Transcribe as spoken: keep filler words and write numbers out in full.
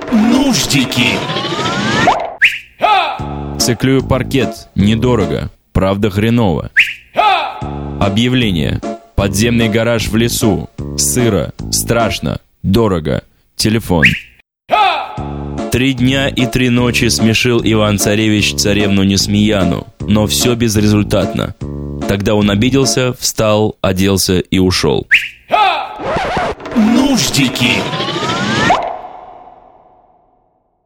Нуждики. Циклюю паркет. Недорого. Правда хреново. Объявление. Подземный гараж в лесу. Сыро. Страшно. Дорого. Телефон. Три дня и три ночи смешил Иван-царевич царевну Несмеяну, но все безрезультатно. Тогда он обиделся, встал, оделся и ушел. Нуждики.